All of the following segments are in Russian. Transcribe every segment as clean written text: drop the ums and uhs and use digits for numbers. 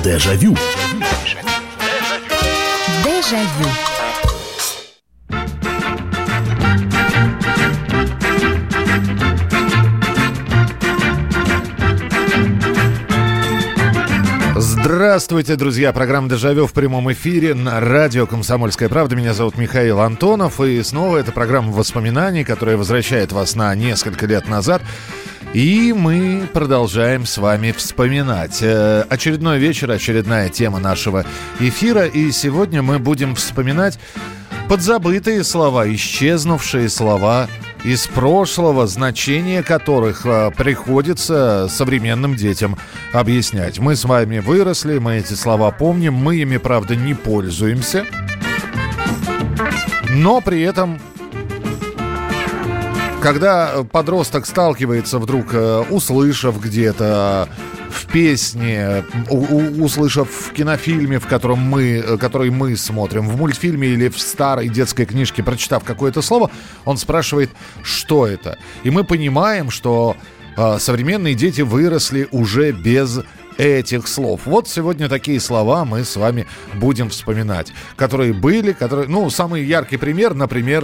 Дежавю. Дежавю. Здравствуйте, друзья. Программа «Дежавю» в прямом эфире на радио «Комсомольская правда». Меня зовут Михаил Антонов. И снова это программа воспоминаний, которая возвращает вас на несколько лет назад. И мы продолжаем с вами вспоминать. Очередной вечер, очередная тема нашего эфира. И сегодня мы будем вспоминать подзабытые слова, исчезнувшие слова из прошлого, значение которых приходится современным детям объяснять. Мы с вами выросли, мы эти слова помним, мы ими, правда, не пользуемся, но при этом, когда подросток сталкивается вдруг, услышав где-то в песне, услышав в кинофильме, который мы смотрим, в мультфильме или в старой детской книжке, прочитав какое-то слово, он спрашивает, что это. И мы понимаем, что современные дети выросли уже без этих слов. Вот сегодня такие слова мы с вами будем вспоминать, которые были, самый яркий пример, например,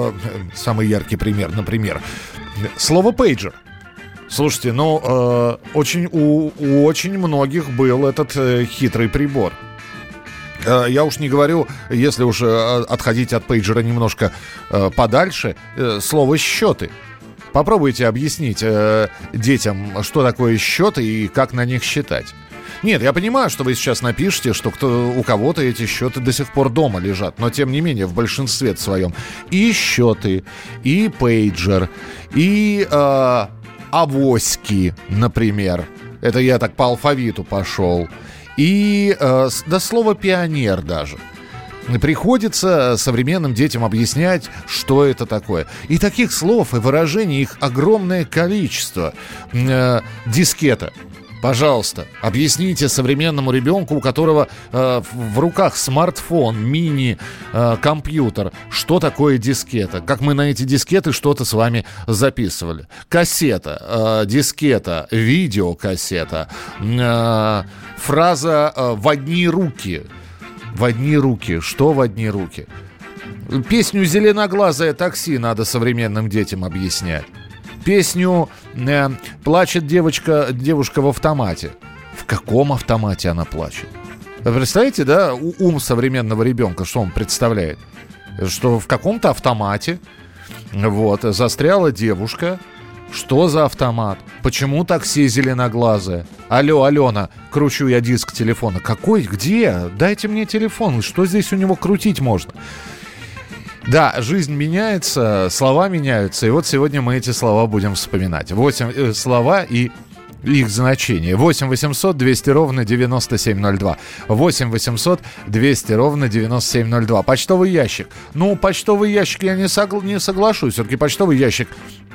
слово «пейджер». Слушайте, у очень многих был этот хитрый прибор. Я уж не говорю, если уж отходить от пейджера немножко подальше, слово «счеты». Попробуйте объяснить детям, что такое счеты и как на них считать. Нет, я понимаю, что вы сейчас напишете, что у кого-то эти счеты до сих пор дома лежат, но тем не менее в большинстве своем и счеты, и пейджер, и авоськи, например. Это я так по алфавиту пошел. И до слова «пионер» даже. Приходится современным детям объяснять, что это такое. И таких слов и выражений их огромное количество. Дискета. Пожалуйста, объясните современному ребенку, у которого в руках смартфон, мини-компьютер, что такое дискета. Как мы на эти дискеты что-то с вами записывали. Кассета, дискета, видеокассета, фраза «в одни руки». В одни руки. Что в одни руки? Песню «Зеленоглазое такси» надо современным детям объяснять. Песню «Плачет девушка в автомате». В каком автомате она плачет? Вы представляете, да, ум современного ребенка, что он представляет? Что в каком-то автомате застряла девушка. Что за автомат? Почему такси зеленоглазое? Алло, Алена, кручу я диск телефона. Какой? Где? Дайте мне телефон. Что здесь у него крутить можно? Да, жизнь меняется, слова меняются. И вот сегодня мы эти слова будем вспоминать. 8 слова и их значение. 8 800 200 ровно 9702. 8 800 200 ровно 9702. Почтовый ящик. Почтовый ящик я не соглашусь. Все-таки почтовый ящик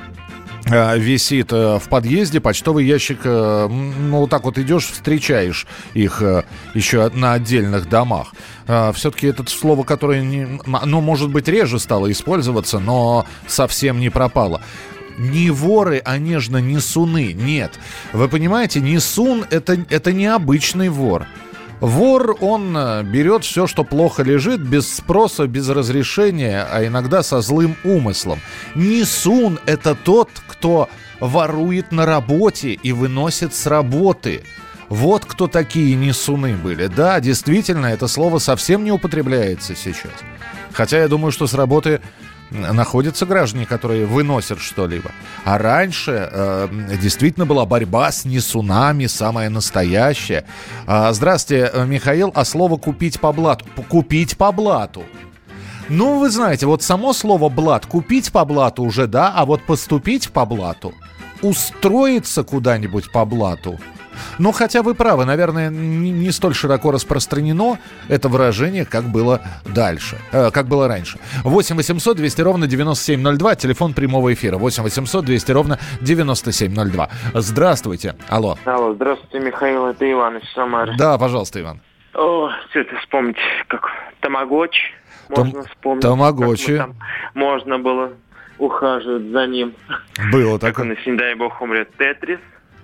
висит в подъезде, почтовый ящик, так вот идешь, встречаешь их еще на отдельных домах. Все-таки это слово, которое, может быть, реже стало использоваться, но совсем не пропало. Не воры, а нежно несуны. Нет. Вы понимаете, несун – это не обычный вор. Вор, он берет все, что плохо лежит, без спроса, без разрешения, а иногда со злым умыслом. Несун – это тот, кто ворует на работе и выносит с работы. Вот кто такие несуны были. Да, действительно, это слово совсем не употребляется сейчас. Хотя я думаю, что с работы находятся граждане, которые выносят что-либо. А раньше действительно была борьба с несунами, самая настоящая. Здравствуйте, Михаил. А слово «купить по блату»? Купить по блату. Вы знаете, вот само слово «блат», купить по блату уже, да, а вот поступить по блату, устроиться куда-нибудь по блату. Хотя вы правы, наверное, не столь широко распространено это выражение, как было раньше. 8 800 200 ровно 9702, телефон прямого эфира. 8 800 200 ровно 9702. Здравствуйте. Алло. Алло, здравствуйте, Михаил, это Иван из Самары. Да, пожалуйста, Иван. Все это вспомнить, как тамагочи. Можно вспомнить. Тамагочи. Можно было ухаживать за ним. Было такое. Как он, если не дай бог, умрет. Тетрис.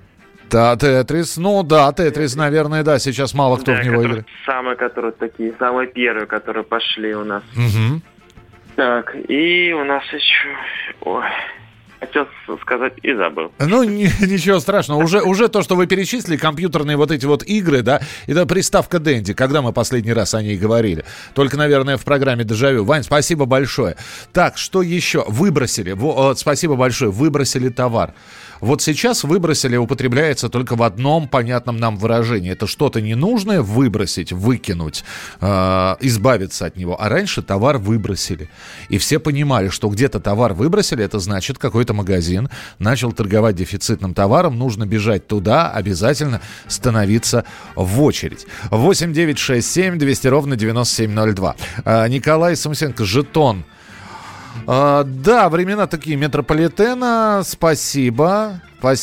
Да, Тетрис. Ну да, Тетрис, наверное, да. Сейчас мало кто в него играет. Которые такие, самые первые, которые пошли у нас. Угу. Так, и у нас еще... Ой, хотел сказать и забыл. Ну, ничего страшного. Уже то, что вы перечислили, компьютерные вот эти вот игры, да, это приставка Dendy. Когда мы последний раз о ней говорили? Только, наверное, в программе «Дежавю». Вань, спасибо большое. Так, что еще? Выбросили. Спасибо большое. Выбросили товар. Вот сейчас выбросили употребляется только в одном понятном нам выражении. Это что-то ненужное выбросить, выкинуть, избавиться от него. А раньше товар выбросили. И все понимали, что где-то товар выбросили, это значит, какой-то магазин начал торговать дефицитным товаром, нужно бежать туда, обязательно становиться в очередь. 8 9 6 7 200 ровно 9702. Николай Самусенко, жетон. Да, времена такие метрополитена. Спасибо.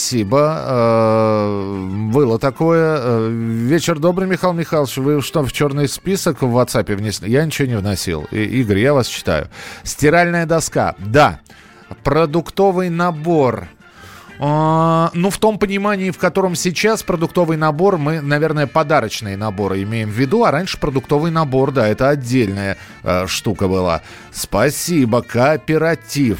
Было такое. Вечер добрый, Михаил Михайлович. Вы что, в черный список в WhatsApp внесли? Я ничего не вносил. Игорь, я вас читаю. Стиральная доска. Да. Продуктовый набор. Ну, в том понимании, в котором сейчас продуктовый набор, мы, наверное, подарочные наборы имеем в виду, а раньше продуктовый набор, да, это отдельная штука была. Спасибо, кооператив.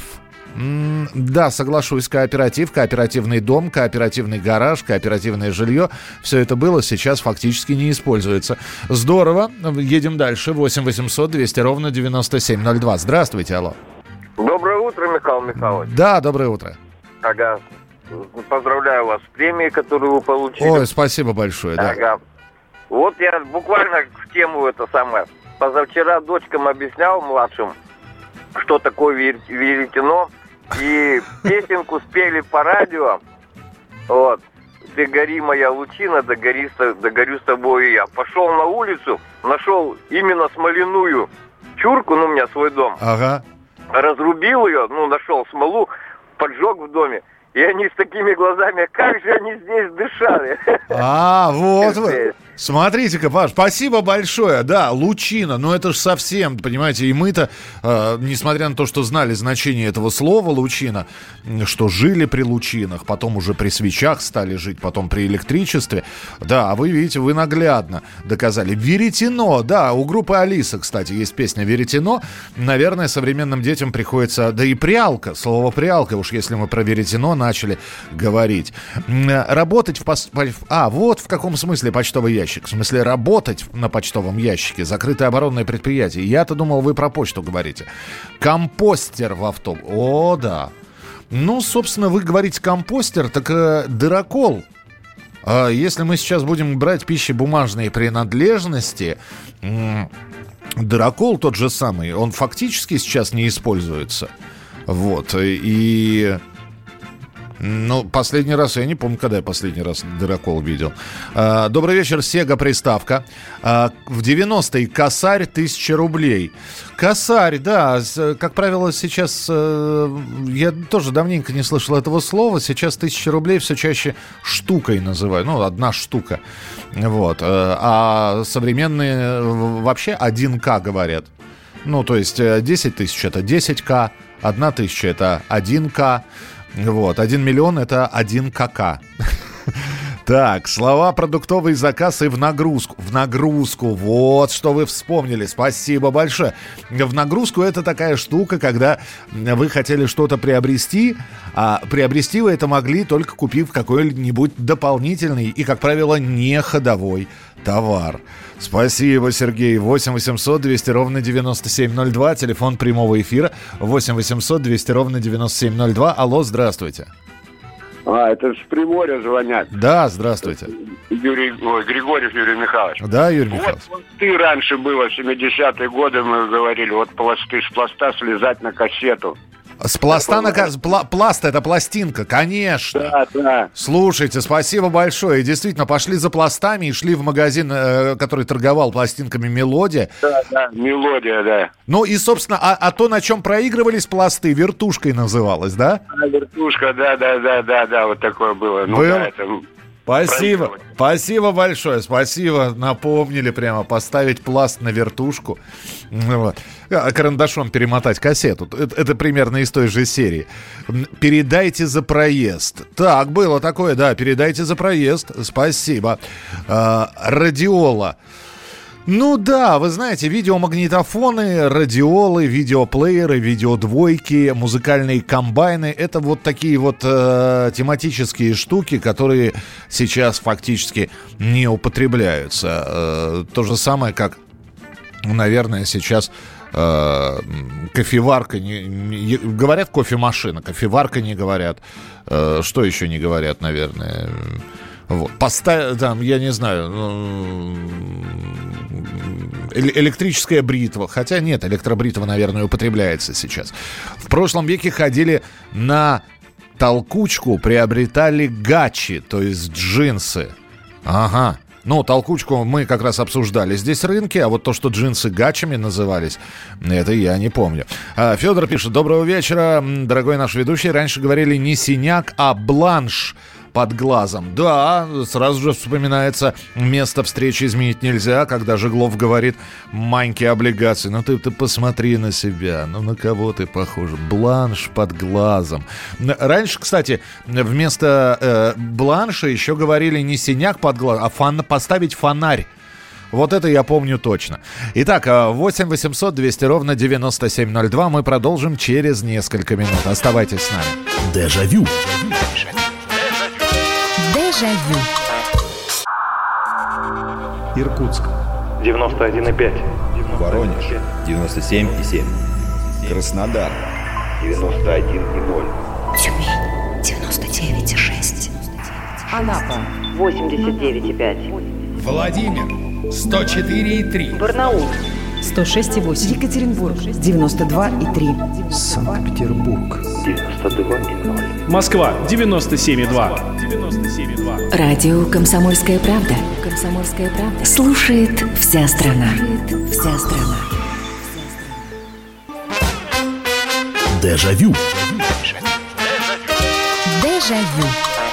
Да, соглашусь, кооператив, кооперативный дом, кооперативный гараж, кооперативное жилье. Все это было, сейчас фактически не используется. Здорово, едем дальше. 8 800 200 ровно 9702. Здравствуйте, алло. Доброе утро, Михаил Михайлович. Да, доброе утро. Ага. Поздравляю вас с премией, которую вы получили. Ой, спасибо большое, да. Ага. Вот я буквально в тему это самое. Позавчера дочкам объяснял, младшим, что такое веретено. И песенку спели по радио. Вот. «Ты гори, моя лучина, догорю с тобой и я». Пошел на улицу, нашел именно смоляную чурку, у меня свой дом. Ага. Разрубил ее, нашел смолу, поджег в доме. И они с такими глазами, как же они здесь дышали. Вот вы. Смотрите-ка, Паш, спасибо большое. Да, лучина, это же совсем, понимаете, и мы-то, несмотря на то, что знали значение этого слова лучина, что жили при лучинах, потом уже при свечах стали жить, потом при электричестве. Да, а вы видите, вы наглядно доказали. Веретено, да, у группы Алиса, кстати, есть песня «Веретено». Наверное, современным детям приходится, да и прялка, слово прялка, уж если мы про веретено начали говорить. Работать вот в каком смысле почтовый ящик. В смысле, работать на почтовом ящике. Закрытое оборонное предприятие. Я-то думал, вы про почту говорите. Компостер в автобусе. О, да. Собственно, вы говорите компостер, так дырокол. Если мы сейчас будем брать пищебумажные принадлежности, дырокол тот же самый, он фактически сейчас не используется. Вот. И... последний раз, я не помню, когда я последний раз дырокол видел. Добрый вечер, Сега приставка. В 90-е косарь 1000 рублей. Косарь, да, как правило, сейчас, я тоже давненько не слышал этого слова, сейчас 1000 рублей все чаще штукой называют, одна штука. Вот. А современные вообще 1К говорят. То есть 10 тысяч это 10К, 1000 это 1К. Вот, 1 миллион это 1 КК. Так, слова «продуктовый заказ» и «в нагрузку». В нагрузку, вот что вы вспомнили, спасибо большое. В нагрузку это такая штука, когда вы хотели что-то приобрести, а приобрести вы это могли, только купив какой-нибудь дополнительный и, как правило, не ходовой товар. Спасибо, Сергей. 8 800 200 ровно 9702. Телефон прямого эфира 8 800 200 ровно 9702. Алло, здравствуйте. Это с Приморья звонят. Да, здравствуйте. Григорьев Юрий Михайлович. Да, Юрий Михайлович. Пласты раньше было, в 70-е годы мы говорили, пласты с пласта слезать на кассету. С пласта на пласт, это пластинка, конечно. Да. Слушайте, спасибо большое. И действительно, пошли за пластами и шли в магазин, который торговал пластинками «Мелодия». Да, «Мелодия», да. И, собственно, а то, на чем проигрывались пласты, вертушкой называлось, да? Вертушка, да, вот такое было. Было? Да, это... Спасибо. Спасибо большое. Спасибо. Напомнили прямо поставить пласт на вертушку. Вот. Карандашом перемотать кассету. Это примерно из той же серии. Передайте за проезд. Так, было такое, да. Передайте за проезд. Спасибо. Радиола. Ну да, вы знаете, видеомагнитофоны, радиолы, видеоплееры, видеодвойки, музыкальные комбайны — это вот такие вот тематические штуки, которые сейчас фактически не употребляются. То же самое, как, наверное, сейчас кофеварка, говорят кофемашина, кофеварка не говорят. Что еще не говорят, наверное? Вот. Там, я не знаю, электрическая бритва. Хотя нет, электробритва, наверное, употребляется сейчас. В прошлом веке ходили на толкучку, приобретали гачи, то есть джинсы. Ага. Ну, толкучку мы как раз обсуждали здесь рынки, а вот то, что джинсы гачами назывались, это я не помню. Федор пишет: доброго вечера, дорогой наш ведущий. Раньше говорили не синяк, а бланш под глазом. Да, сразу же вспоминается место встречи изменить нельзя, когда Жиглов говорит: маньки облигации. Ну ты посмотри на себя, ну на кого ты похож? Бланш под глазом. Раньше, кстати, вместо бланша еще говорили не синяк под глазом, а поставить фонарь. Вот это я помню точно. Итак, 8 800 200 ровно 9702. Мы продолжим через несколько минут. Оставайтесь с нами. Дежавю. Дежавю. Иркутск 91,5. Воронеж 97,7. Краснодар 91,0. Тюмень 99,6. Анапа 89,5. Владимир 104,3. Барнаул 106,8. Екатеринбург 92,3. Санкт-Петербург 92,0. Москва 97,2. Радио «Комсомольская правда». «Комсомольская правда». Слушает вся страна. Вся страна. Дежавю. Дежавю.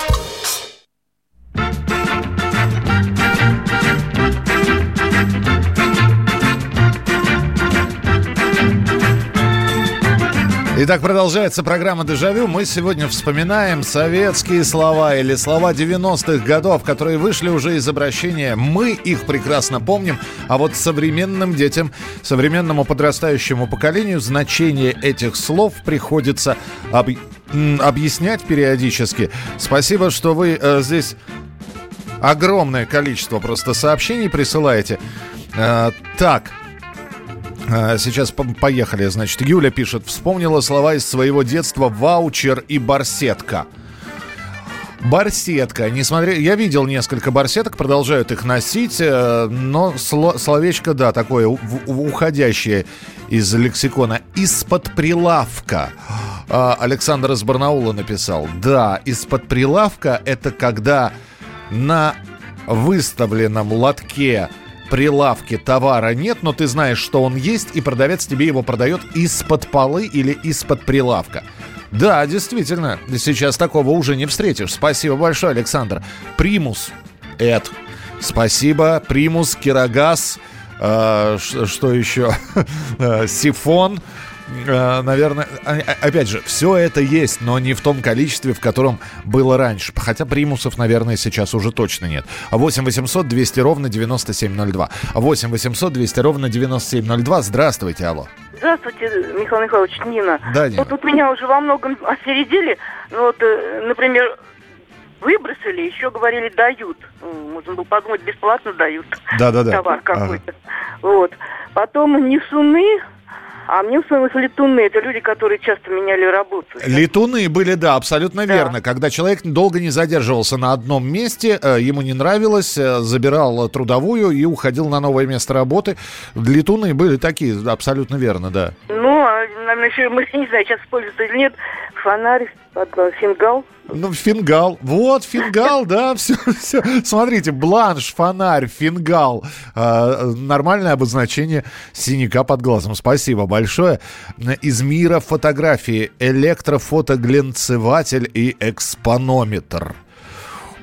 Итак, продолжается программа «Дежавю». Мы сегодня вспоминаем советские слова или слова 90-х годов, которые вышли уже из обращения. Мы их прекрасно помним, а вот современным детям, современному подрастающему поколению значение этих слов приходится объяснять периодически. Спасибо, что вы здесь огромное количество просто сообщений присылаете. Так. Сейчас поехали. Значит, Юля пишет: вспомнила слова из своего детства: ваучер и барсетка. Барсетка. Несмотря... Я видел несколько барсеток, продолжают их носить, но словечко, да, такое уходящее из лексикона. Из-под прилавка. Александр из Барнаула написал. Да, из-под прилавка — это когда на выставленном лотке прилавки товара нет, но ты знаешь, что он есть, и продавец тебе его продает из-под полы или из-под прилавка. Да, действительно, сейчас такого уже не встретишь. Спасибо большое, Александр. Примус. Эд. Спасибо. Примус, кирогаз. Что еще? Сифон. Наверное, опять же, все это есть, но не в том количестве, в котором было раньше. Хотя примусов, наверное, сейчас уже точно нет. 8 800 200 ровно 9702. 8 800 200 ровно 9702. Здравствуйте, алло. Здравствуйте, Михаил Михайлович, Нина. Да, Нина. Вот меня уже во многом опередили. Ну, вот, например, выбросили, еще говорили дают. Можно было подумать, бесплатно дают. Да-да-да. Товар какой-то. Вот. Потом несуны. А мне в смысле летуны — это люди, которые часто меняли работу. Летуны были, да, абсолютно верно. Когда человек долго не задерживался на одном месте, ему не нравилось, забирал трудовую и уходил на новое место работы. Летуны были такие, абсолютно верно, да. Ну, наверное, еще, не знаю, сейчас используется или нет, фонарь, фингал. Ну, фингал. Вот, фингал, да, все. Смотрите, бланш, фонарь, фингал. Нормальное обозначение синяка под глазом. Спасибо большое. Из мира фотографии: электрофотоглянцеватель и экспонометр.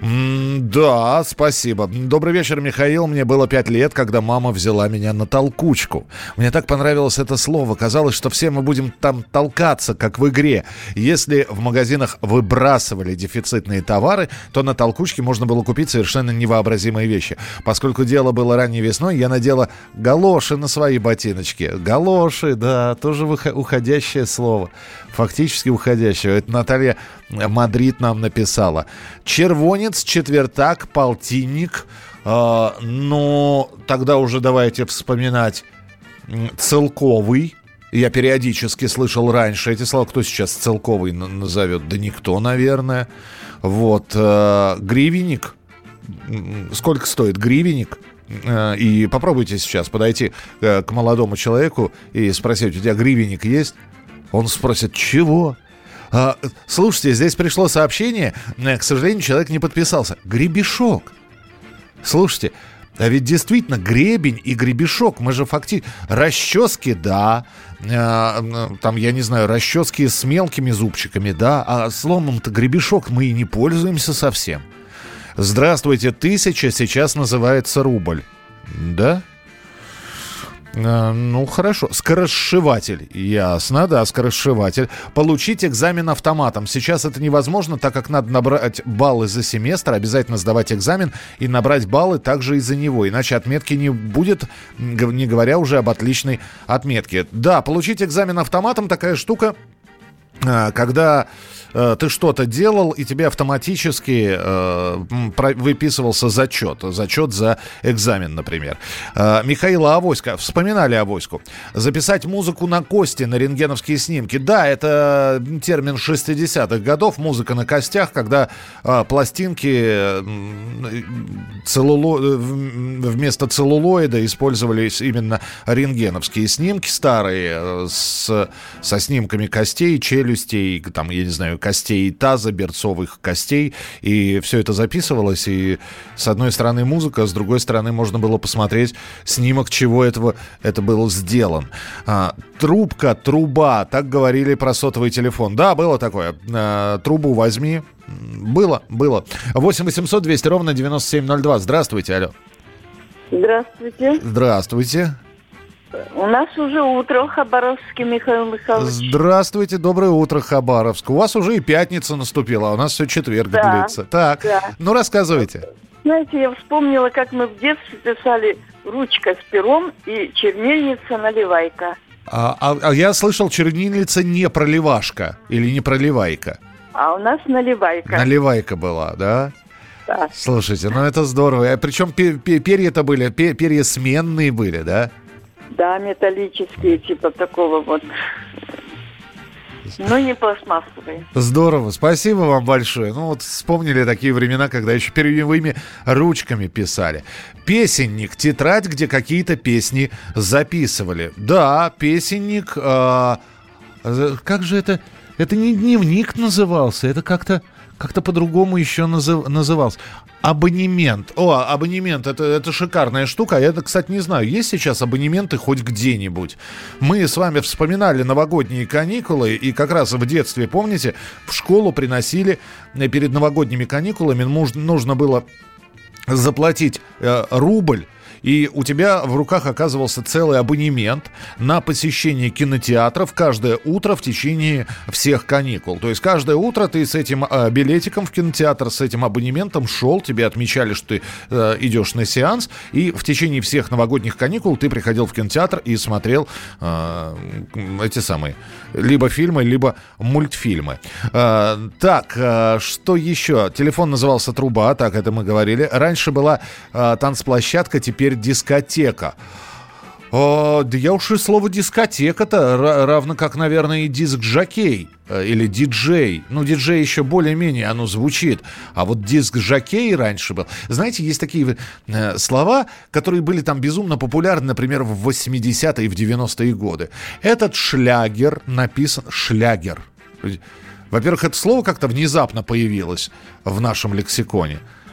Да, спасибо. Добрый вечер, Михаил. Мне было 5 лет, когда мама взяла меня на толкучку. Мне так понравилось это слово. Казалось, что все мы будем там толкаться, как в игре. Если в магазинах выбрасывали дефицитные товары, то на толкучке можно было купить совершенно невообразимые вещи. Поскольку дело было ранней весной, я надела галоши на свои ботиночки. Галоши, да, тоже уходящее слово. Фактически уходящее. Это Наталья Мадрид нам написала. Червонец, четвертак, полтинник. Ну, тогда уже давайте вспоминать целковый. Я периодически слышал раньше эти слова. Кто сейчас целковый назовет? Да никто, наверное. Вот. Гривенник. Сколько стоит гривенник? И попробуйте сейчас подойти к молодому человеку и спросить, у тебя гривенник есть? Он спросит, чего? Слушайте, здесь пришло сообщение, к сожалению, человек не подписался. Гребешок. Слушайте, а ведь действительно гребень и гребешок, мы же фактически... Расчески, да, там, я не знаю, расчески с мелкими зубчиками, да, а словом-то гребешок мы и не пользуемся совсем. Здравствуйте, 1000 сейчас называется рубль. Да? Ну, хорошо. Скоросшиватель. Ясно, да, скоросшиватель. Получить экзамен автоматом. Сейчас это невозможно, так как надо набрать баллы за семестр, обязательно сдавать экзамен и набрать баллы также и за него. Иначе отметки не будет, не говоря уже об отличной отметке. Да, получить экзамен автоматом такая штука, когда ты что-то делал, и тебе автоматически выписывался зачет за экзамен, например. Михаила Авоська. Вспоминали Авоську. Записать музыку на кости, на рентгеновские снимки. Да, это термин 60-х годов. Музыка на костях, когда пластинки вместо целлулоида использовались именно рентгеновские снимки старые со снимками костей, челюстей, там, я не знаю, костей таза, берцовых костей, и все это записывалось, и с одной стороны музыка, с другой стороны можно было посмотреть снимок, чего это было сделано. Трубка, труба, так говорили про сотовый телефон. Да, было такое. Трубу возьми. Было. 8 800 200 ровно 9702. Здравствуйте, алло. Здравствуйте. Здравствуйте. У нас уже утро в Хабаровске, Михаил Михайлович. Здравствуйте, доброе утро, Хабаровск. У вас уже и пятница наступила, а у нас все четверг длится. Так, ну рассказывайте. Знаете, я вспомнила, как мы в детстве писали ручка с пером и чернильница наливайка. А я слышал, чернильница не проливашка или не проливайка. А у нас наливайка. Наливайка была, да? Да. Слушайте, ну это здорово. А причем перья-то были, перья сменные были, да? Да, металлические, типа такого вот. Но не пластмассовые. Здорово, спасибо вам большое. Ну вот вспомнили такие времена, когда еще перьевыми ручками писали. Песенник, тетрадь, где какие-то песни записывали. Да, песенник. Как же это? Это не дневник назывался, это как-то по-другому еще назывался. Абонемент. Абонемент, это шикарная штука. Я, кстати, не знаю, есть сейчас абонементы хоть где-нибудь. Мы с вами вспоминали новогодние каникулы, и как раз в детстве, помните, в школу приносили перед новогодними каникулами, нужно было заплатить рубль, и у тебя в руках оказывался целый абонемент на посещение кинотеатров каждое утро в течение всех каникул. То есть каждое утро ты с этим билетиком в кинотеатр, с этим абонементом шел, тебе отмечали, что ты идешь на сеанс, и в течение всех новогодних каникул ты приходил в кинотеатр и смотрел эти самые либо фильмы, либо мультфильмы. Так, что еще? Телефон назывался «Труба», так это мы говорили. Раньше была танцплощадка, теперь дискотека. Да я уж и слово дискотека-то равно как, наверное, и диск-жокей или диджей. Ну, диджей еще более-менее оно звучит. А вот диск-жокей раньше был. Знаете, есть такие слова, которые были там безумно популярны, например, в 80-е и в 90-е годы. Этот шлягер написан... Шлягер. Во-первых, это слово как-то внезапно появилось в нашем лексиконе.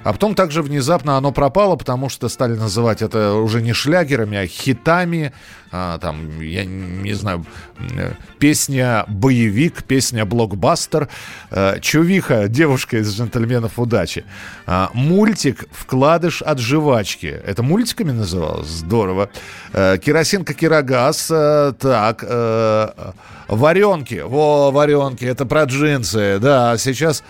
А потом также внезапно оно пропало, потому что стали называть это уже не шлягерами, а хитами. Там, я не знаю, песня «Боевик», песня «Блокбастер», «Чувиха», «Девушка из «Джентльменов удачи», мультик «Вкладыш от жвачки». Это мультиками называлось? Здорово. «Керосинка, керогаз», так, «Варенки». «Варенки», это про джинсы, да, сейчас,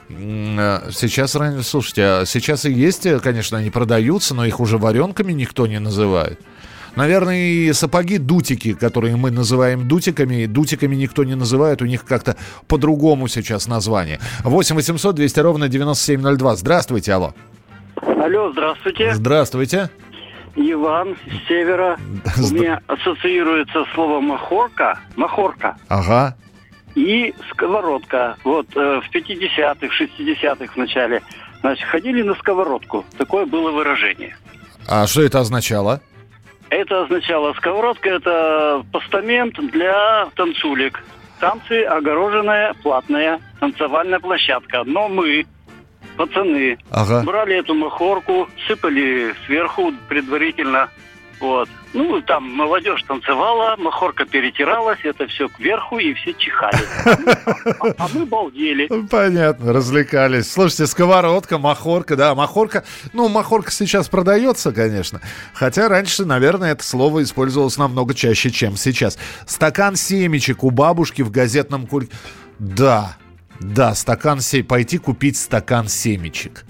слушайте, сейчас и есть, конечно, они продаются, но их уже варенками никто не называет. Наверное, и сапоги-дутики, которые мы называем дутиками никто не называет, у них как-то по-другому сейчас название. 8 800 200 ровно 9702. Здравствуйте, алло. Алло, здравствуйте. Здравствуйте. Иван с севера. У меня ассоциируется слово махорка. Ага. И сковородка. Вот в 50-х, 60-х в начале, значит, ходили на сковородку. Такое было выражение. А что это означало? Это означало, сковородка – это постамент для танцулек. Танцы, огороженная, платная танцевальная площадка. Но мы, пацаны, брали эту махорку, сыпали сверху предварительно. Вот. Ну, там молодежь танцевала, махорка перетиралась, это все кверху, и все чихали. А мы балдели. Понятно, развлекались. Слушайте, сковородка, махорка, да, махорка. Ну, махорка сейчас продается, конечно. Хотя раньше, наверное, это слово использовалось намного чаще, чем сейчас. Стакан семечек у бабушки в газетном кульке. Да, стакан семечек. Пойти купить стакан семечек.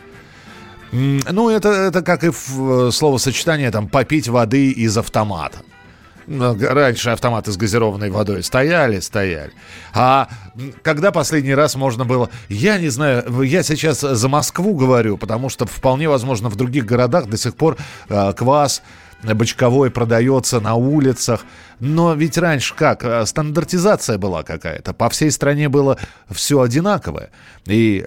Ну, это как и словосочетание там «попить воды из автомата». Раньше автоматы с газированной водой стояли. А когда последний раз можно было... Я не знаю, я сейчас за Москву говорю, потому что вполне возможно в других городах до сих пор квас бочковой продается на улицах. Но ведь раньше как? Стандартизация была какая-то. По всей стране было все одинаковое. И...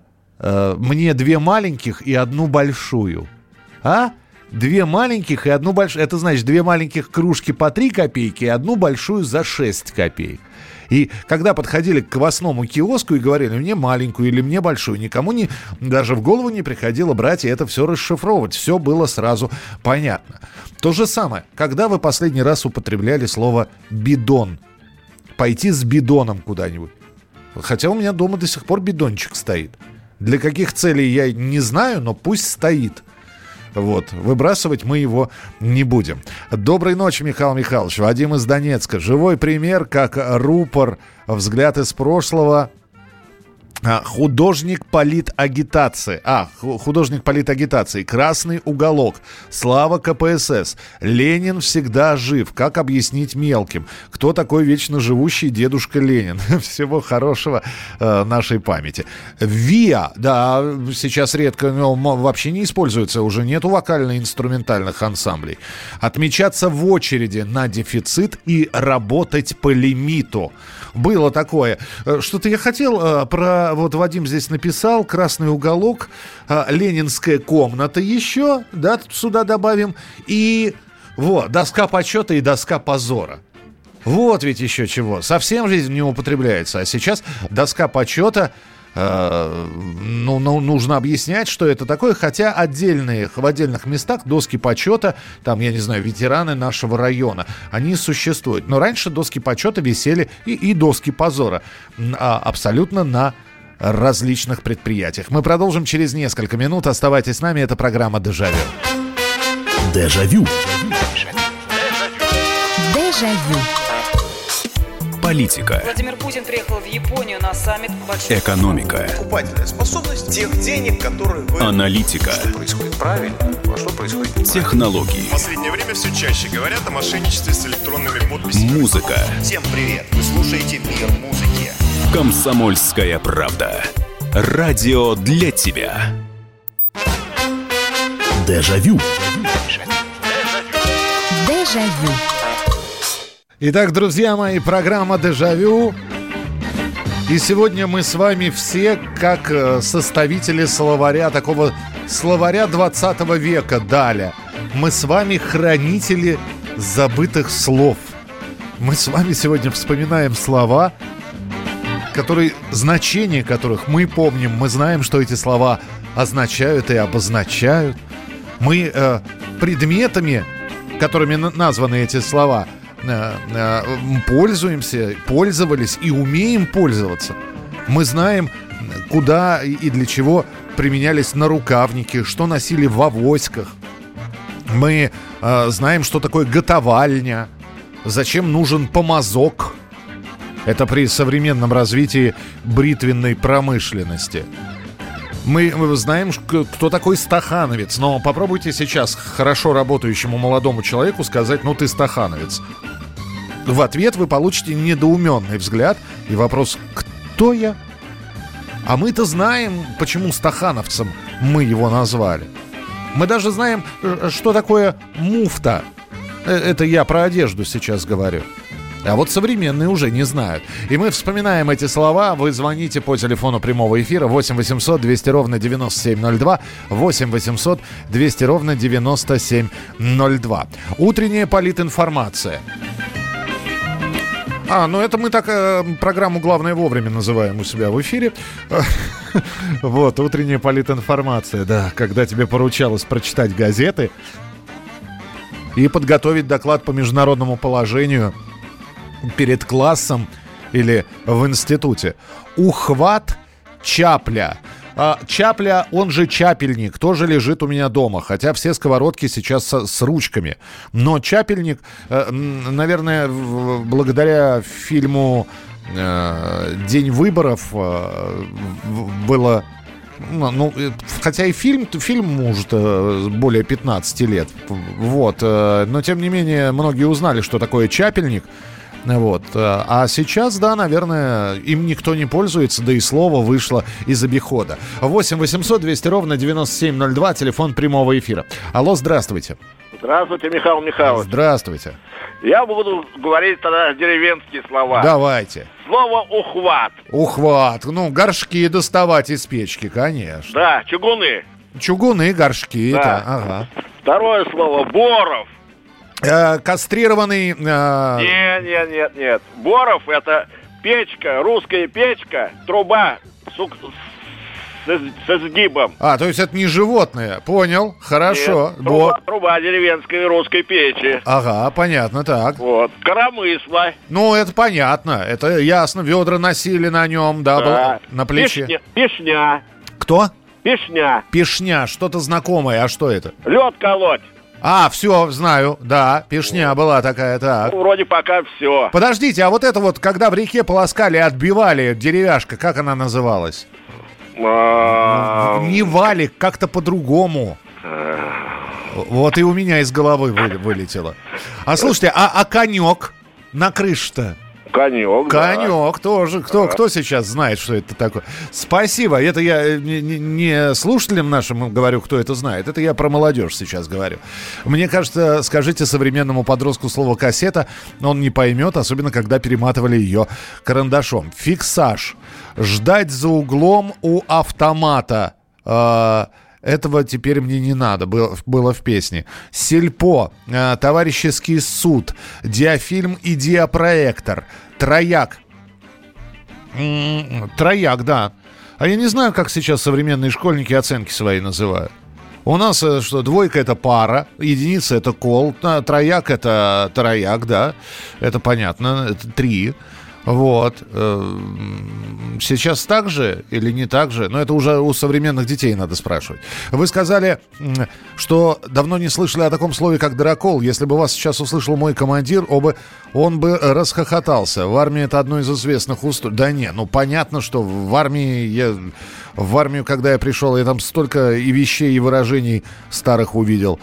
мне 2 маленьких и 1 большую. 2 маленьких и 1 большую. Это значит 2 маленьких кружки по 3 копейки и 1 большую за 6 копеек. И когда подходили к квасному киоску и говорили мне маленькую или мне большую, никому даже в голову не приходило брать и это все расшифровывать. Все было сразу понятно. То же самое, когда вы последний раз употребляли слово «бидон». Пойти с бидоном куда-нибудь. Хотя у меня дома до сих пор бидончик стоит. Для каких целей я не знаю, но пусть стоит. Вот. Выбрасывать мы его не будем. Доброй ночи, Михаил Михайлович. Вадим из Донецка. Живой пример, как рупор, взгляд из прошлого. Художник политагитации. Художник политагитации. Красный уголок. Слава КПСС. Ленин всегда жив. Как объяснить мелким? Кто такой вечно живущий дедушка Ленин? Всего хорошего нашей памяти. ВИА. Да, сейчас редко, но вообще не используется. Уже нету вокально-инструментальных ансамблей. Отмечаться в очереди на дефицит и работать по лимиту. Было такое. Что-то я хотел вот Вадим здесь написал, красный уголок, ленинская комната еще, да, сюда добавим, и вот, доска почета и доска позора. Вот ведь еще чего. Совсем жизнь не употребляется, а сейчас доска почета, нужно объяснять, что это такое, хотя в отдельных местах доски почета, там, я не знаю, ветераны нашего района, они существуют. Но раньше доски почета висели и доски позора абсолютно на различных предприятиях. Мы продолжим через несколько минут. Оставайтесь с нами, это программа «Дежавю». Дежавю. Дежавю. Политика. Владимир Путин приехал в Японию на саммит большой... Экономика. Покупательная способность тех денег, которые вы... Аналитика. Что происходит правильно, а что происходит неправильно. Технологии. В последнее время все чаще говорят о мошенничестве с электронными подписями. Музыка. Всем привет, вы слушаете «Мир музыки». Комсомольская правда. Радио для тебя. Дежавю. Дежавю. Итак, друзья мои, программа «Дежавю». И сегодня мы с вами все, как составители словаря, такого словаря 20 века, Даля. Мы с вами хранители забытых слов. Мы с вами сегодня вспоминаем слова, значение которых мы помним. Мы знаем, что эти слова означают и обозначают. Мы предметами, которыми названы эти слова, пользуемся, пользовались и умеем пользоваться. Мы знаем, куда и для чего применялись нарукавники, что носили в авоськах. Мы знаем, что такое готовальня, зачем нужен помазок. Это при современном развитии бритвенной промышленности. Мы знаем, кто такой стахановец. Но попробуйте сейчас хорошо работающему молодому человеку сказать: ну ты стахановец. В ответ вы получите недоуменный взгляд и вопрос: кто я? А мы-то знаем, почему стахановцем мы его назвали. Мы даже знаем, что такое муфта. Это я про одежду сейчас говорю. А вот современные уже не знают. И мы вспоминаем эти слова. Вы звоните по телефону прямого эфира 8 800 200 ровно 9702. 8 800 200 ровно 9702. Утренняя политинформация. Ну это мы так программу «Главное вовремя» называем у себя в эфире. Вот, утренняя политинформация, да, когда тебе поручалось прочитать газеты и подготовить доклад по международному положению перед классом или в институте. Ухват Чапля. Чапля, он же чапельник, тоже лежит у меня дома. Хотя все сковородки сейчас с ручками. Но чапельник, наверное, благодаря фильму «День выборов» было... Ну, хотя и фильм может более 15 лет. Вот. Но, тем не менее, многие узнали, что такое чапельник. Вот. А сейчас, да, наверное, им никто не пользуется, да и слово вышло из обихода. 8 800 200 ровно 9702, телефон прямого эфира. Алло, здравствуйте. Здравствуйте, Михаил Михайлович. Здравствуйте. Я буду говорить тогда деревенские слова. Давайте. Слово «ухват». Ухват. Ну, горшки доставать из печки, конечно. Да, чугуны. Чугуны, горшки. Да. Это, ага. Второе слово «боров». Кастрированный... Нет. Боров — это печка, русская печка, труба с изгибом. То есть это не животное. Понял, хорошо. Нет, труба деревенской русской печи. Ага, понятно, так. Вот. Коромысло. Ну, это понятно, это ясно. Ведра носили на нем, да. На плече. Пешня. Кто? Пешня. Пешня, что-то знакомое. А что это? Лед колоть. Все, знаю, да, пешня была такая, так. Ну, вроде пока все. Подождите, а вот это вот, когда в реке полоскали, отбивали деревяшка, как она называлась? Не валик, как-то по-другому. Вот и у меня из головы вылетело. Слушайте, а конек на крыше-то? Конек тоже. Кто сейчас знает, что это такое? Спасибо. Это я не слушателям нашим говорю, кто это знает. Это я про молодежь сейчас говорю. Мне кажется, скажите современному подростку слово «кассета», он не поймет, особенно когда перематывали ее карандашом. Фиксаж. Ждать за углом у автомата. Этого теперь мне не надо, было в песне. Сельпо, товарищеский суд, диафильм и диапроектор, трояк. Трояк, да. А я не знаю, как сейчас современные школьники оценки свои называют. У нас что, двойка — это пара, единица — это кол, трояк — это трояк, да. Это понятно, это 3. Вот. Сейчас так же или не так же? Но это уже у современных детей надо спрашивать. Вы сказали, что давно не слышали о таком слове, как «дракол». Если бы вас сейчас услышал мой командир, он бы расхохотался. В армии это одно из известных устроек. Да не, понятно, что в армию, когда я пришел, я там столько и вещей, и выражений старых увидел.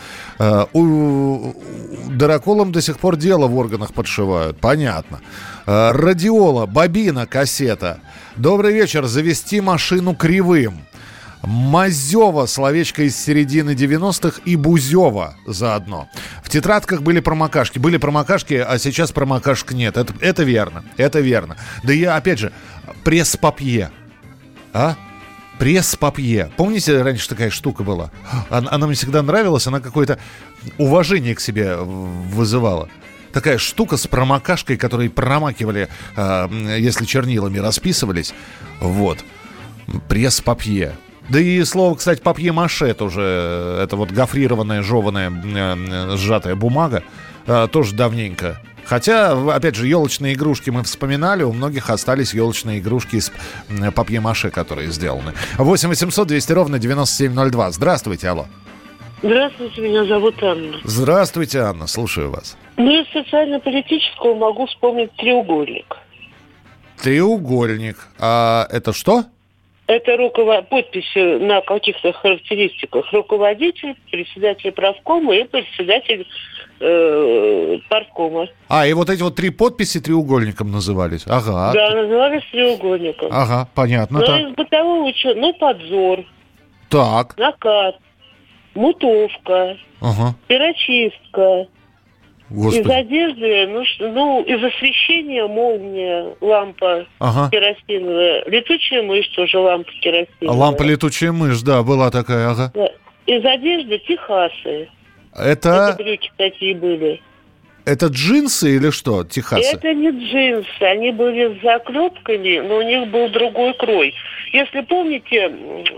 Драколам до сих пор дело в органах подшивают. Понятно. Радиола, бобина, кассета. Добрый вечер. Завести машину кривым. Мазева, словечко из середины 90-х, и Бузева заодно. В тетрадках были промокашки. Были промокашки, а сейчас промокашек нет. Это верно. Это верно. Да я, опять же, пресс-папье. Пресс-папье. Помните, раньше такая штука была? Она мне всегда нравилась. Она какое-то уважение к себе вызывала. Такая штука с промокашкой, которой промакивали, если чернилами расписывались. Вот. Пресс-папье. Да и слово, кстати, папье-маше тоже, это вот гофрированная, жеваная, сжатая бумага, тоже давненько. Хотя, опять же, елочные игрушки мы вспоминали, у многих остались елочные игрушки из папье-маше, которые сделаны. 8 800 200 ровно 9702. Здравствуйте, алло. Здравствуйте, меня зовут Анна. Здравствуйте, Анна, слушаю вас. Ну, из социально-политического могу вспомнить треугольник. Треугольник. А это что? Это подписи на каких-то характеристиках. Руководитель, председатель правкома и председатель парткома. И вот эти вот 3 подписи треугольником назывались? Ага. Да, назывались треугольником. Ага, понятно. Ну, из бытового подзор. Так. Накат. Мутовка. Ага. Перочистка. Господи. Из одежды, из освещения молния, лампа керосиновая. Летучая мышь тоже лампа керосиновая. Лампа летучая мышь, да, была такая, ага. Да. Из одежды техасы. Это брюки такие были. Это джинсы или что, техасы? Это не джинсы, они были с заклепками, но у них был другой крой. Если помните,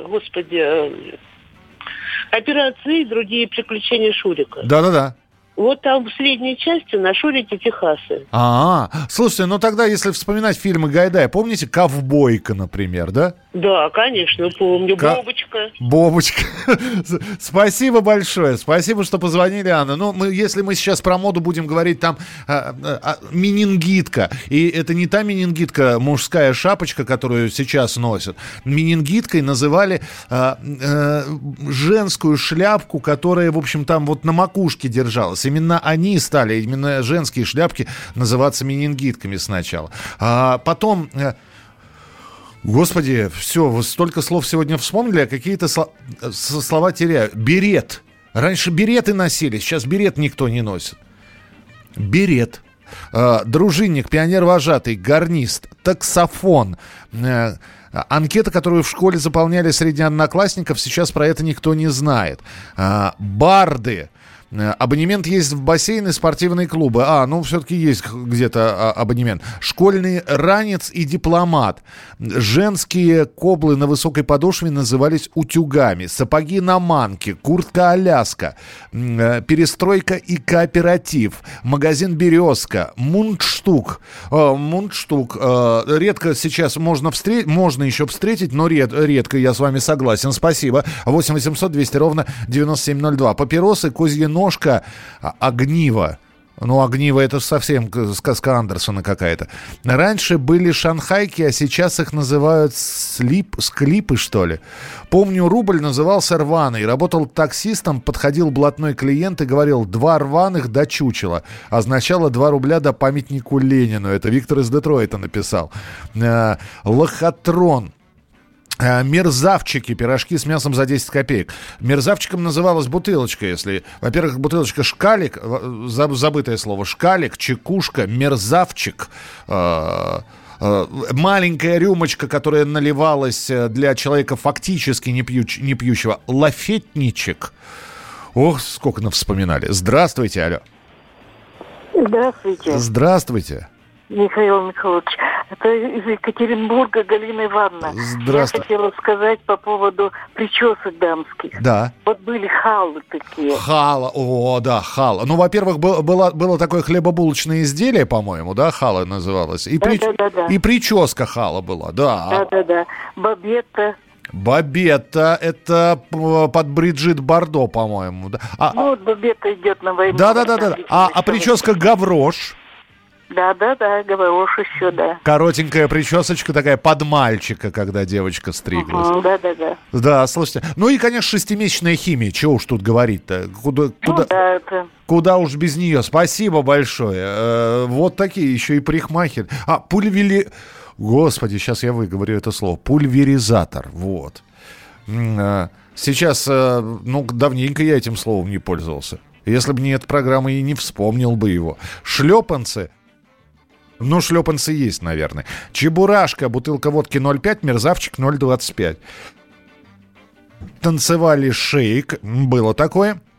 операции и другие приключения Шурика. Да-да-да. Вот там в средней части на Шурике техасы. Слушайте, тогда, если вспоминать фильмы Гайдая, помните «Ковбойка», например, да? Да, конечно, помню. Бобочка. Спасибо большое. Спасибо, что позвонили, Анна. Если мы сейчас про моду будем говорить, там менингитка. И это не та менингитка, мужская шапочка, которую сейчас носят. Менингиткой называли женскую шляпку, которая, в общем, там вот на макушке держалась. Именно женские шляпки называться менингитками сначала. Потом... Господи, все, вы столько слов сегодня вспомнили, а какие-то слова теряю. Берет. Раньше береты носили, сейчас берет никто не носит. Берет. Дружинник, пионер-вожатый, гарнист, таксофон. Анкета, которую в школе заполняли среди одноклассников, сейчас про это никто не знает. Барды. Абонемент есть в бассейн и спортивные клубы. Все-таки есть где-то абонемент. Школьный ранец и дипломат. Женские коблы на высокой подошве назывались утюгами. Сапоги на манке. Куртка-аляска. Перестройка и кооператив. Магазин «Березка». Мундштук. Редко сейчас можно еще встретить, но редко, я с вами согласен. Спасибо. 8 800 200 ровно 9702. Папиросы, козья ножка, огниво. Огниво — это совсем сказка Андерсона какая-то. Раньше были шанхайки, а сейчас их называют склипы, что ли. Помню, рубль назывался рваный. Работал таксистом, подходил блатной клиент и говорил: 2 рваных до чучела. Означало 2 рубля до памятнику Ленину. Это Виктор из Детройта написал. Лохотрон. Мерзавчики, пирожки с мясом за 10 копеек. Мерзавчиком называлась бутылочка, если... Во-первых, бутылочка шкалик, забытое слово, шкалик, чекушка, мерзавчик. Маленькая рюмочка, которая наливалась для человека фактически не пьющего. Лафетничек. Ох, сколько навспоминали. Здравствуйте, алло. Здравствуйте. Здравствуйте. Михаил Михайлович, это из Екатеринбурга Галина Ивановна. Здравствуйте. Я хотела сказать по поводу причесок дамских. Да. Вот были халы такие. Хала, хала. Во-первых, было такое хлебобулочное изделие, по-моему, да, хала называлось. И прическа хала была, да. Да. Бабетта. Бабетта, это под Бриджит Бардо, по-моему. Да. Бабетта идет на войну. Да. А прическа гаврош? Да, гаврош еще, да. Коротенькая причесочка такая под мальчика, когда девочка стриглась. Да. Да, слушайте. И, конечно, 6-месячная химия. Чего уж тут говорить-то? Куда уж без нее. Спасибо большое. Вот такие еще и парикмахеры. Господи, сейчас я выговорю это слово. Пульверизатор. Вот. Сейчас, давненько я этим словом не пользовался. Если бы не эта программа, и не вспомнил бы его. Шлепанцы. Шлепанцы есть, наверное. Чебурашка, бутылка водки 0,5, мерзавчик 0,25. Танцевали шейк, было такое.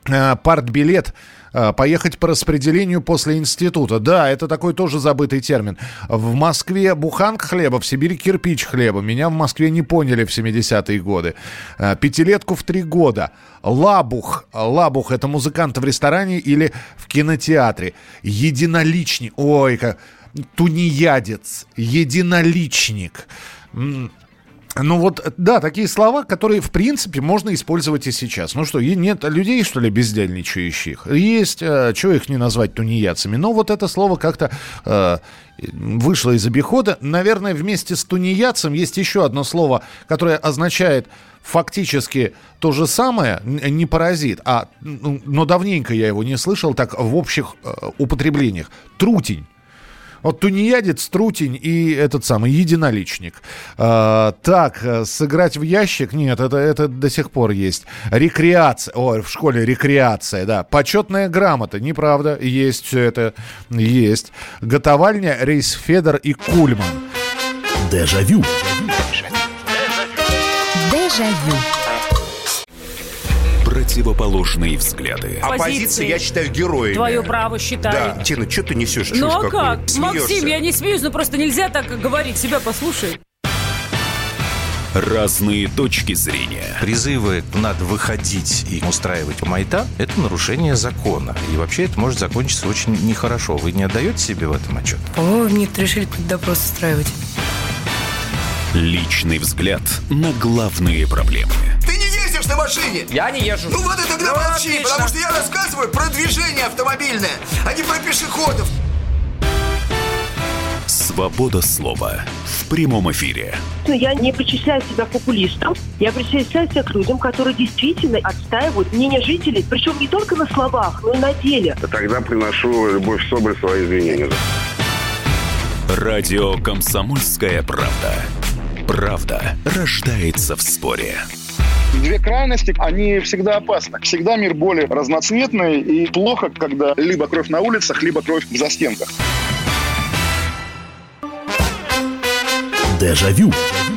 партбилет, поехать по распределению после института. Да, это такой тоже забытый термин. В Москве буханка хлеба, в Сибири кирпич хлеба. Меня в Москве не поняли в 70-е годы. Пятилетку в 3 года. Лабух. Лабух — это музыкант в ресторане или в кинотеатре. Единоличник. Ой, как... Тунеядец. Единоличник. Ну вот, да, такие слова, которые, в принципе, можно использовать и сейчас. Ну что, нет людей, что ли, бездельничающих? Есть, чего их не назвать тунеядцами? Но вот это слово как-то вышло из обихода. Наверное, вместе с тунеядцем есть еще одно слово, которое означает фактически то же самое, не паразит, но давненько я его не слышал так в общих употреблениях. Трутень. Вот тунеядец, трутень и этот самый единоличник. Так, сыграть в ящик? Нет, это до сих пор есть. Рекреация. Ой, в школе рекреация, да. Почетная грамота. Неправда. Есть все это. Есть. Готовальня, рейсфедер и кульман. Дежавю. Дежавю. Противоположные взгляды. Оппозиция, я считаю, героями. Твое право считаю. Да, Тина, что ты несешь? Ну а как? Максим, я не смеюсь, но просто нельзя так говорить. Себя послушай. Разные точки зрения. Призывы «надо выходить и устраивать майдан» — это нарушение закона. И вообще это может закончиться очень нехорошо. Вы не отдаете себе в этом отчет? По-моему, некоторые решили допрос устраивать. Личный взгляд на главные проблемы. Ты не ездишь на машине? Я не езжу. Ну вот и тогда молчи, отлично. потому что я рассказываю про движение автомобильное, а не про пешеходов. Свобода слова в прямом эфире. Я не причисляю себя к популистам, я причисляю себя к людям, которые действительно отстаивают мнение жителей, причем не только на словах, но и на деле. Тогда приношу Любовь Соболь свои извинения. Радио «Комсомольская правда». Правда рождается в споре. Две крайности, они всегда опасны. Всегда мир более разноцветный, и плохо, когда либо кровь на улицах, либо кровь в застенках. Дежавю.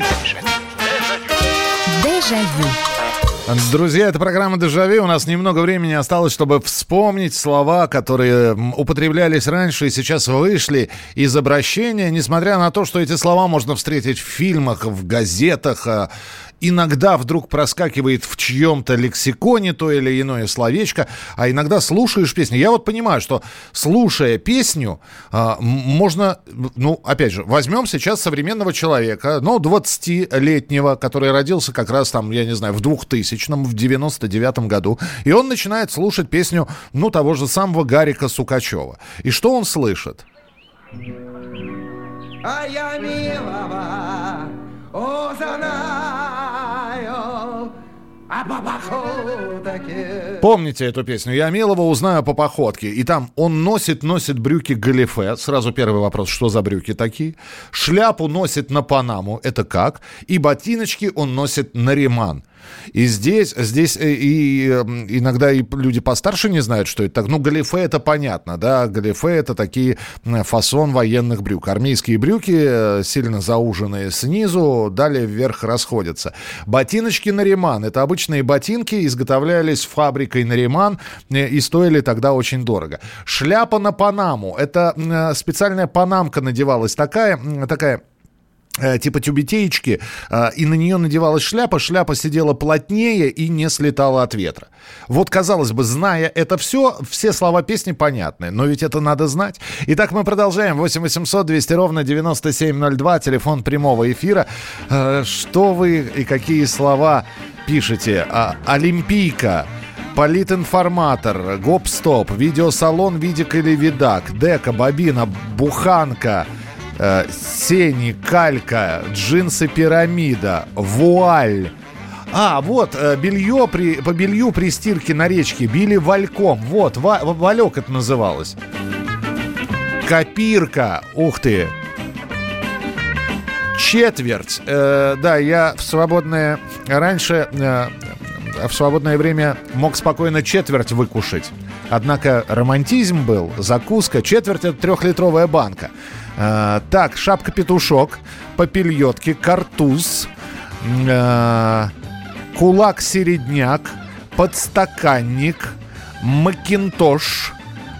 Дежавю. Друзья, это программа «Дежавю». У нас немного времени осталось, чтобы вспомнить слова, которые употреблялись раньше и сейчас вышли из обращения. Несмотря на то, что эти слова можно встретить в фильмах, в газетах, иногда вдруг проскакивает в чьем-то лексиконе то или иное словечко, а иногда слушаешь песню. Я вот понимаю, что слушая песню, можно, ну, опять же, возьмем сейчас современного человека, 20-летнего, который родился как раз там, я не знаю, в 2000-м, в 99-м году, и он начинает слушать песню, того же самого Гарика Сукачева. И что он слышит? А я милого узнаю по походке. Помните эту песню? «Я милого узнаю по походке». И там он носит брюки галифе. Сразу первый вопрос, что за брюки такие? Шляпу носит на панаму. Это как? И ботиночки он носит на реман. И здесь и иногда и люди постарше не знают, что это так. Галифе — это понятно, да, галифе — это такие фасон военных брюк. Армейские брюки, сильно зауженные снизу, далее вверх расходятся. Ботиночки Нариман — это обычные ботинки, изготовлялись фабрикой Нариман и стоили тогда очень дорого. Шляпа на панаму — это специальная панамка надевалась, такая типа тюбетеечки, и на нее надевалась шляпа, шляпа сидела плотнее и не слетала от ветра. Вот, казалось бы, зная это все слова песни понятны, но ведь это надо знать. Итак, мы продолжаем. 8 800 200 ровно 9702, телефон прямого эфира. Что вы и какие слова пишете? Олимпийка, политинформатор, гоп-стоп, видеосалон, видик или видак, дека, бобина, буханка, сени, калька, джинсы пирамида, вуаль. По белью при стирке на речке били вальком. Вот, валек это называлось. Копирка, ух ты. Четверть. Я в свободное время мог спокойно четверть выкушать. Однако романтизм был, закуска. Четверть — это 3-литровая банка. Так, шапка-петушок, попельотки, картуз, кулак-середняк, подстаканник, Макинтош,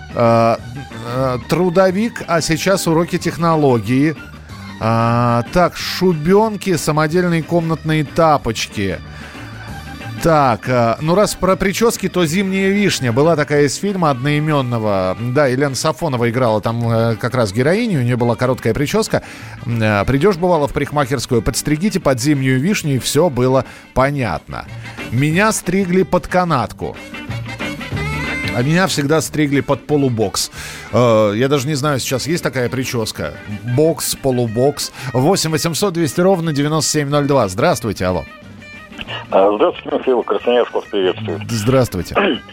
трудовик, а сейчас уроки технологии. Так, шубенки, самодельные комнатные тапочки. Так, ну раз про прически, то «Зимняя вишня». Была такая из фильма одноименного. Да, Елена Сафонова играла там как раз героиню. У нее была короткая прическа. Придешь, бывало, в парикмахерскую, подстригите под «Зимнюю вишню», и все было понятно. Меня стригли под канатку. А меня всегда стригли под полубокс. Я даже не знаю, сейчас есть такая прическа. Бокс, полубокс. 8 800 200 ровно 9702. Здравствуйте, алло. Здравствуйте, Михаил, Красноярск вас приветствует. Здравствуйте.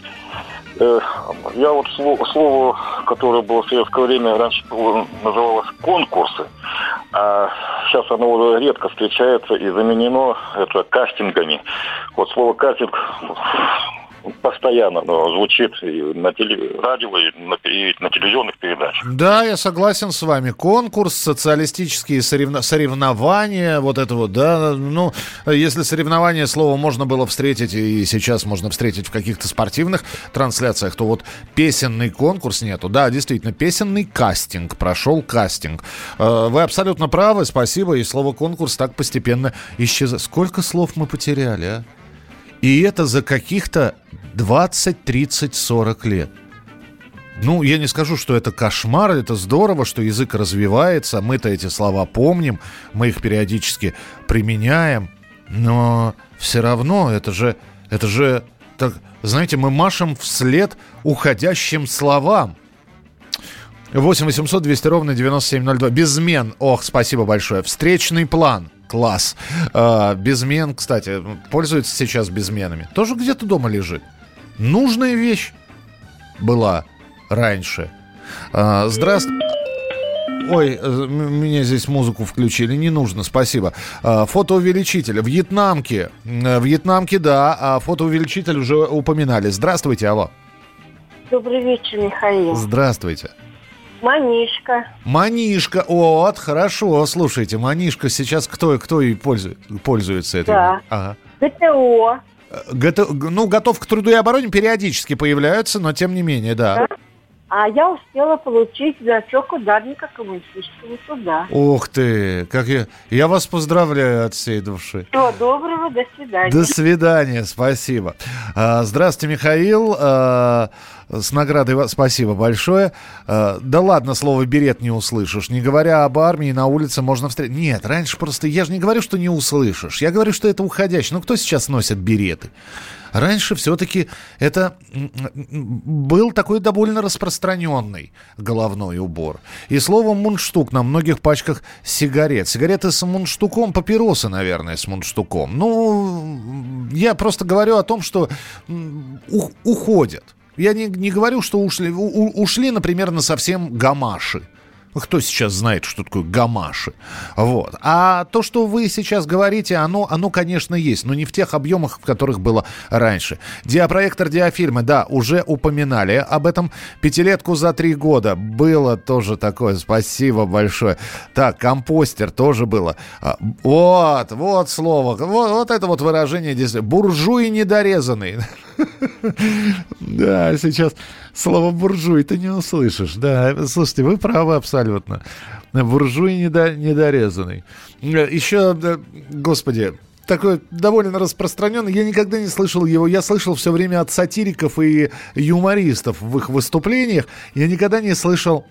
Я вот слово, которое было в советское время, раньше называлось конкурсы, а сейчас оно уже редко встречается и заменено это кастингами. Вот слово кастинг постоянно звучит и на радио, и на телевизионных передачах. Да, я согласен с вами. Конкурс, социалистические соревнования, вот это вот, да. Ну, если соревнования слово можно было встретить, и сейчас можно встретить в каких-то спортивных трансляциях, то вот песенный конкурс нету. Да, действительно, песенный кастинг, прошел кастинг. Вы абсолютно правы, спасибо, и слово конкурс так постепенно исчезает. Сколько слов мы потеряли, а? И это за каких-то 20, 30, 40 лет. Ну, я не скажу, что это кошмар, это здорово, что язык развивается, мы-то эти слова помним, мы их периодически применяем, но все равно это же так, знаете, мы машем вслед уходящим словам. 8 800 200 ровно 9702. Безмен. Ох, спасибо большое. Встречный план. Класс. Безмен, кстати, пользуется сейчас безменами. Тоже где-то дома лежит. Нужная вещь была раньше. Здравствуйте. Ой, мне здесь музыку включили. Не нужно, спасибо. Фотоувеличитель. Вьетнамки, да. А фотоувеличитель уже упоминали. Здравствуйте, алло. Добрый вечер, Михаил. Здравствуйте. Манишка. Вот, хорошо, слушайте, манишка сейчас кто и пользуется этой? Да. Ага. ГТО. Ну, готов к труду и обороне периодически появляются, но тем не менее, да. А я успела получить зачет ударника коммунистического суда. Ух ты, как я вас поздравляю от всей души. Всего доброго, до свидания. До свидания, спасибо. Здравствуйте, Михаил. С наградой вас спасибо большое. Да ладно, слово «берет» не услышишь. Не говоря об армии, на улице можно встретить. Нет, раньше просто... Я же не говорю, что не услышишь. Я говорю, что это уходящее. Ну, кто сейчас носит береты? Раньше все-таки это был такой довольно распространенный головной убор. И слово «мундштук» на многих пачках сигарет. Сигареты с мундштуком, папиросы, наверное, с мундштуком. Ну, я просто говорю о том, что уходят. Я не говорю, что ушли, например, на совсем гамаши. Кто сейчас знает, что такое гамаши? Вот. А то, что вы сейчас говорите, оно, конечно, есть, но не в тех объемах, в которых было раньше. Диапроектор диафильмы, да, уже упоминали об этом. Пятилетку за 3 года. Было тоже такое, спасибо большое. Так, компостер тоже было. Вот слово, вот это вот выражение здесь. Буржуй недорезанный. Да, сейчас слово «буржуй» ты не услышишь. Да, слушайте, вы правы абсолютно. Буржуй недорезанный. Еще, господи, такой довольно распространенный. Я никогда не слышал его. Я слышал все время от сатириков и юмористов в их выступлениях. Я никогда не слышал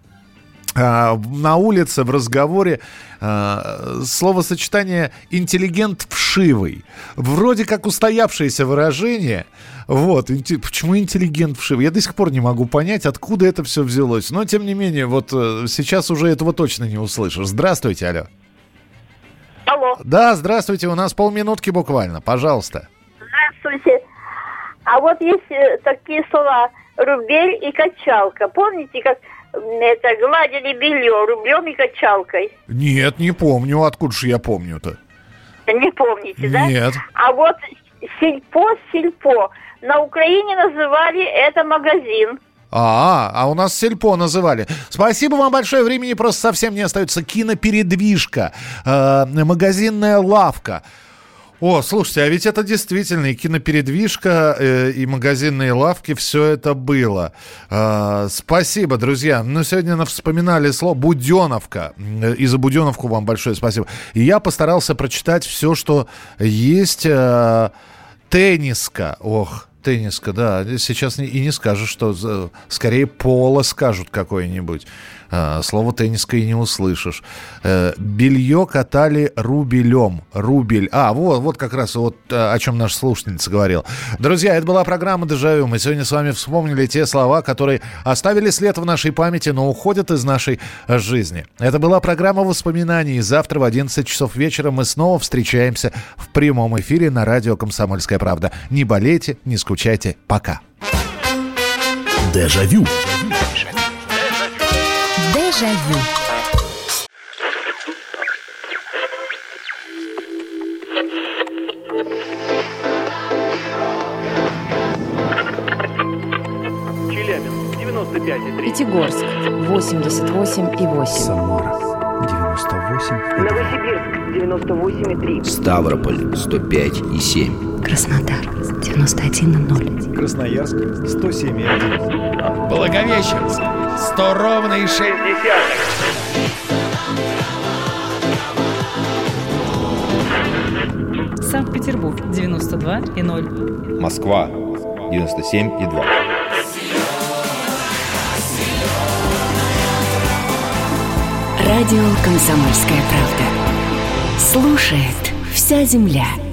на улице, в разговоре словосочетание «интеллигент вшивый». Вроде как устоявшееся выражение. Вот. Почему интеллигент вшивый? Я до сих пор не могу понять, откуда это все взялось. Но, тем не менее, вот сейчас уже этого точно не услышишь. Здравствуйте, алло. Алло. Да, здравствуйте. У нас полминутки буквально. Пожалуйста. Здравствуйте. А вот есть такие слова «рубель» и «качалка». Помните, как это гладили белье рублем и качалкой? Нет, не помню. Откуда же я помню-то? Не помните, да? Нет. А вот сельпо. На Украине называли это магазин. А у нас сельпо называли. Спасибо вам большое. Времени просто совсем не остается. Кинопередвижка. Магазинная лавка. О, слушайте, а ведь это действительно и кинопередвижка, и магазинные лавки, все это было. Спасибо, друзья. Ну, сегодня вспоминали слово «буденовка». И за буденовку вам большое спасибо. И я постарался прочитать все, что есть. Тенниска. Ох, тенниска, да. Сейчас и не скажешь, что скорее поло скажут какое-нибудь. Слово тенниска и не услышишь. Белье катали рубелем. Рубель. Вот как раз вот о чем наша слушательница говорила. Друзья, это была программа «Дежавю». Мы сегодня с вами вспомнили те слова, которые оставили след в нашей памяти, но уходят из нашей жизни. Это была программа воспоминаний. Завтра в 11 часов вечера мы снова встречаемся в прямом эфире на радио «Комсомольская правда». Не болейте, не скучайте. Пока. Дежавю. Дежавю. Челябинск 95,3. Пятигорск 88,8. Самара 98,2. Новосибирск 98,3. Ставрополь 105,7. Краснодар 91,0. Красноярск 107,1. Благовещенск 100,6. Санкт-Петербург 92,0. Москва 97,2. Радио «Комсомольская правда». Слушает вся земля.